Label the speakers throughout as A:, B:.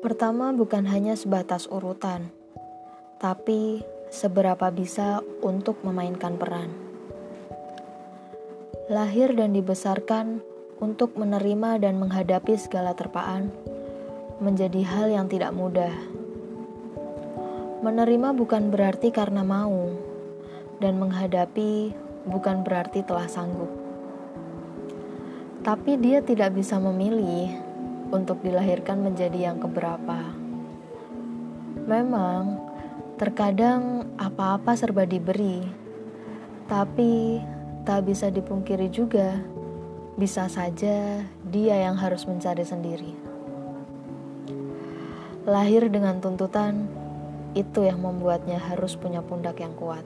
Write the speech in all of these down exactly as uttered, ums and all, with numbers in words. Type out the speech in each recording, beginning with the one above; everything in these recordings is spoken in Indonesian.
A: pertama bukan hanya sebatas urutan, tapi seberapa bisa untuk memainkan peran. Lahir dan dibesarkan untuk menerima dan menghadapi segala terpaan menjadi hal yang tidak mudah. Menerima bukan berarti karena mau, dan menghadapi bukan berarti telah sanggup. Tapi dia tidak bisa memilih untuk dilahirkan menjadi yang keberapa. Memang, terkadang apa-apa serba diberi, tapi tak bisa dipungkiri juga, bisa saja dia yang harus mencari sendiri. Lahir dengan tuntutan, itu yang membuatnya harus punya pundak yang kuat.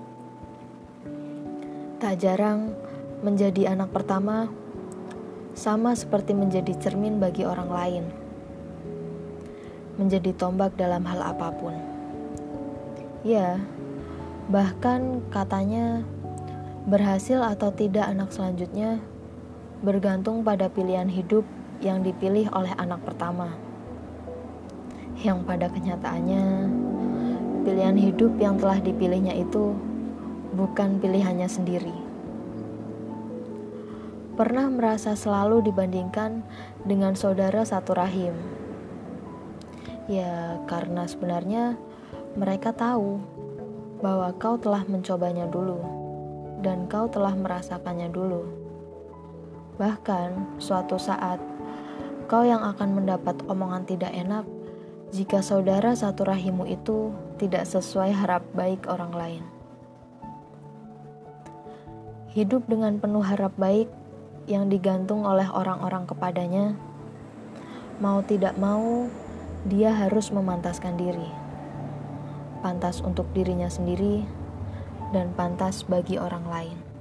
A: Tak jarang, menjadi anak pertama sama seperti menjadi cermin bagi orang lain. Menjadi tombak dalam hal apapun. Ya, bahkan katanya berhasil atau tidak anak selanjutnya bergantung pada pilihan hidup yang dipilih oleh anak pertama. Yang pada kenyataannya, pilihan hidup yang telah dipilihnya itu bukan pilihannya sendiri. Pernah merasa selalu dibandingkan dengan saudara satu rahim. Ya, karena sebenarnya mereka tahu bahwa kau telah mencobanya dulu dan kau telah merasakannya dulu. Bahkan suatu saat kau yang akan mendapat omongan tidak enak jika saudara satu rahimmu itu tidak sesuai harap baik orang lain. Hidup dengan penuh harap baik yang digantung oleh orang-orang kepadanya, mau tidak mau dia harus memantaskan diri. Pantas untuk dirinya sendiri dan pantas bagi orang lain.